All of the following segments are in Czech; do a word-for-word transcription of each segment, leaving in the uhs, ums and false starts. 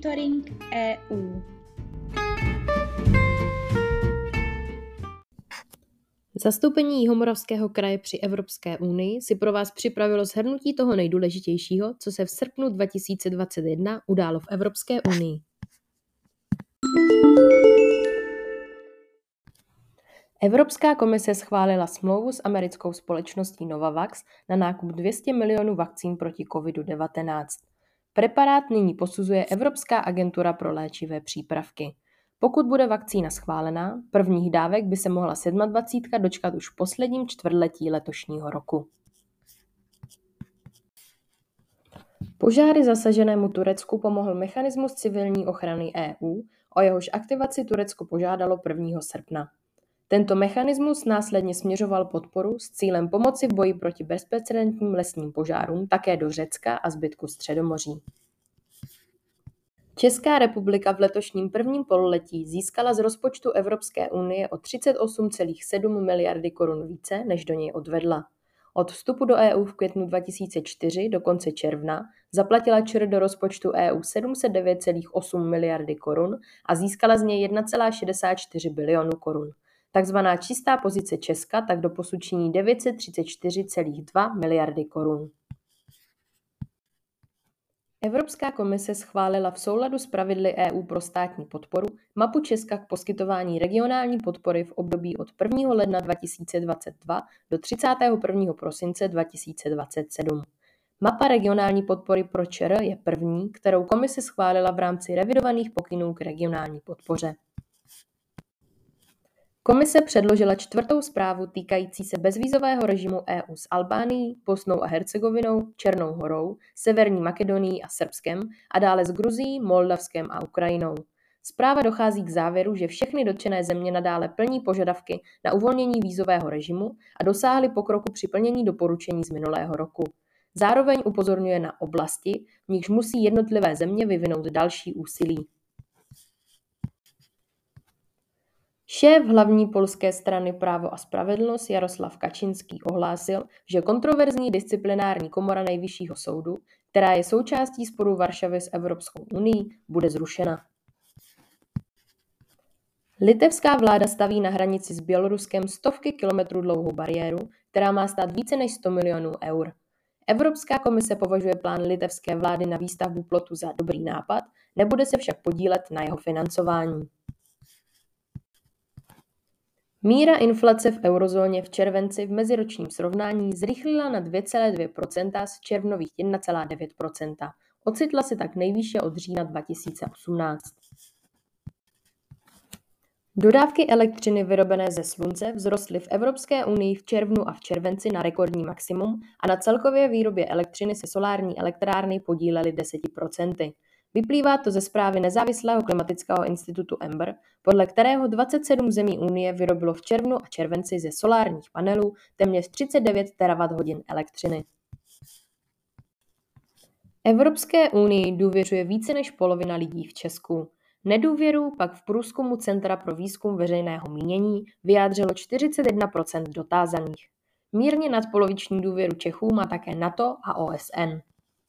Monitoring E U. Zastoupení Jihomoravského kraje při Evropské unii si pro vás připravilo shrnutí toho nejdůležitějšího, co se v srpnu dva tisíce dvacet jedna událo v Evropské unii. Evropská komise schválila smlouvu s americkou společností Novavax na nákup dvě stě milionů vakcín proti covidu devatenáct. Preparát nyní posuzuje Evropská agentura pro léčivé přípravky. Pokud bude vakcína schválená, prvních dávek by se mohla dvacítka sedma dočkat už v posledním čtvrtletí letošního roku. Požáry zasaženému Turecku pomohl mechanismus civilní ochrany E U, o jehož aktivaci Turecko požádalo prvního srpna. Tento mechanismus následně směřoval podporu s cílem pomoci v boji proti bezprecedentním lesním požárům také do Řecka a zbytku Středomoří. Česká republika v letošním prvním pololetí získala z rozpočtu Evropské unie o třicet osm celá sedm miliardy korun více, než do něj odvedla. Od vstupu do E U v květnu dva tisíce čtyři do konce června zaplatila ČR do rozpočtu E U sedm set devět celá osm miliardy korun a získala z něj jedna celá šedesát čtyři bilionu korun. Takzvaná čistá pozice Česka tak doposud činí devět set třicet čtyři celá dva miliardy korun. Evropská komise schválila v souladu s pravidly E U pro státní podporu mapu Česka k poskytování regionální podpory v období od prvního ledna dva tisíce dvacet dva do třicátého prvního prosince dva tisíce dvacet sedm. Mapa regionální podpory pro ČR je první, kterou komise schválila v rámci revidovaných pokynů k regionální podpoře. Komise předložila čtvrtou zprávu týkající se bezvízového režimu E U s Albánií, Bosnou a Hercegovinou, Černou Horou, Severní Makedonií a Srbskem a dále s Gruzií, Moldavskem a Ukrajinou. Zpráva dochází k závěru, že všechny dotčené země nadále plní požadavky na uvolnění vízového režimu a dosáhly pokroku při plnění doporučení z minulého roku. Zároveň upozorňuje na oblasti, v nichž musí jednotlivé země vyvinout další úsilí. Šéf hlavní polské strany Právo a spravedlnost Jaroslav Kačinský ohlásil, že kontroverzní disciplinární komora Nejvyššího soudu, která je součástí sporu Varšavy s Evropskou unií, bude zrušena. Litevská vláda staví na hranici s Běloruskem stovky kilometrů dlouhou bariéru, která má stát více než sto milionů eur. Evropská komise považuje plán litevské vlády na výstavbu plotu za dobrý nápad, nebude se však podílet na jeho financování. Míra inflace v eurozóně v červenci v meziročním srovnání zrychlila na dvě celá dvě procenta z červnových jedna celá devět procenta. Ocitla se tak nejvýše od října dva tisíce osmnáct. Dodávky elektřiny vyrobené ze slunce vzrostly v Evropské unii v červnu a v červenci na rekordní maximum a na celkové výrobě elektřiny se solární elektrárny podílely deset procent. Vyplývá to ze zprávy nezávislého klimatického institutu Ember, podle kterého dvacet sedm zemí Unie vyrobilo v červnu a červenci ze solárních panelů téměř třicet devět terawatthodin elektřiny. Evropské unii důvěřuje více než polovina lidí v Česku. Nedůvěru pak v průzkumu Centra pro výzkum veřejného mínění vyjádřilo čtyřicet jedna procent dotázaných. Mírně nadpoloviční důvěru Čechů má také NATO a O S N.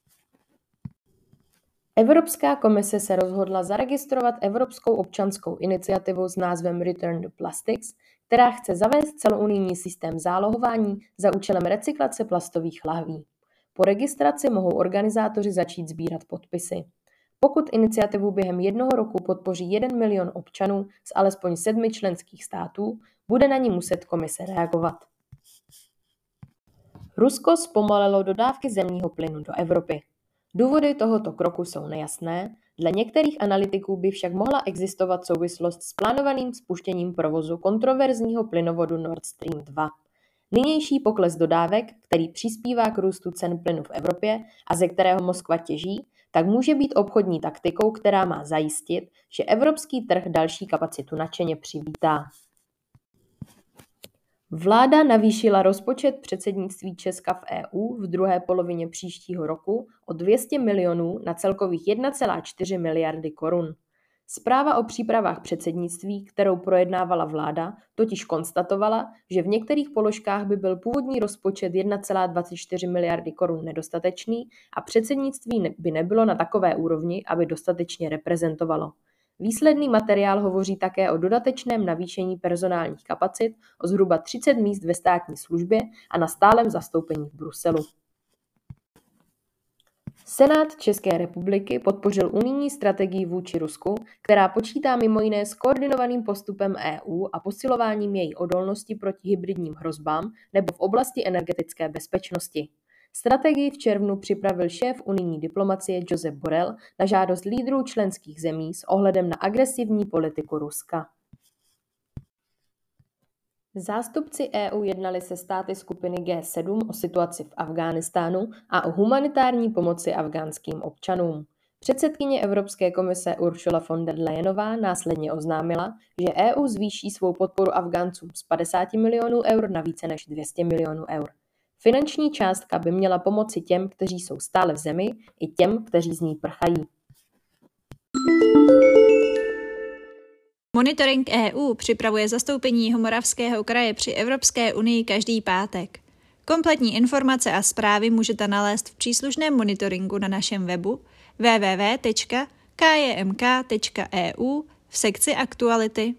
Evropská komise se rozhodla zaregistrovat Evropskou občanskou iniciativu s názvem Return to Plastics, která chce zavést celounijní systém zálohování za účelem recyklace plastových lahví. Po registraci mohou organizátoři začít sbírat podpisy. Pokud iniciativu během jednoho roku podpoří jeden milion občanů z alespoň sedmi členských států, bude na ní muset komise reagovat. Rusko zpomalilo dodávky zemního plynu do Evropy. Důvody tohoto kroku jsou nejasné, dle některých analytiků by však mohla existovat souvislost s plánovaným spuštěním provozu kontroverzního plynovodu Nord Stream dva. Nynější pokles dodávek, který přispívá k růstu cen plynu v Evropě a ze kterého Moskva těží, tak může být obchodní taktikou, která má zajistit, že evropský trh další kapacitu nadšeně přivítá. Vláda navýšila rozpočet předsednictví Česka v E U v druhé polovině příštího roku o dvě stě milionů na celkových jedna celá čtyři miliardy korun. Zpráva o přípravách předsednictví, kterou projednávala vláda, totiž konstatovala, že v některých položkách by byl původní rozpočet jedna celá dvacet čtyři miliardy korun nedostatečný a předsednictví by nebylo na takové úrovni, aby dostatečně reprezentovalo. Výsledný materiál hovoří také o dodatečném navýšení personálních kapacit o zhruba třicet míst ve státní službě a na stálem zastoupení v Bruselu. Senát České republiky podpořil unijní strategii vůči Rusku, která počítá mimo jiné s koordinovaným postupem E U a posilováním její odolnosti proti hybridním hrozbám nebo v oblasti energetické bezpečnosti. Strategii v červnu připravil šéf unijní diplomacie Josep Borrell na žádost lídrů členských zemí s ohledem na agresivní politiku Ruska. Zástupci E U jednali se státy skupiny G sedm o situaci v Afghánistánu a o humanitární pomoci afghánským občanům. Předsedkyně Evropské komise Ursula von der Leyenová následně oznámila, že E U zvýší svou podporu Afgháncům z padesát milionů eur na více než dvě stě milionů eur. Finanční částka by měla pomoci těm, kteří jsou stále v zemi, i těm, kteří z ní prchají. Monitoring E U připravuje zastoupení Jihomoravského kraje při Evropské unii každý pátek. Kompletní informace a zprávy můžete nalézt v příslušném monitoringu na našem webu w w w tečka k j m k tečka e u v sekci Aktuality.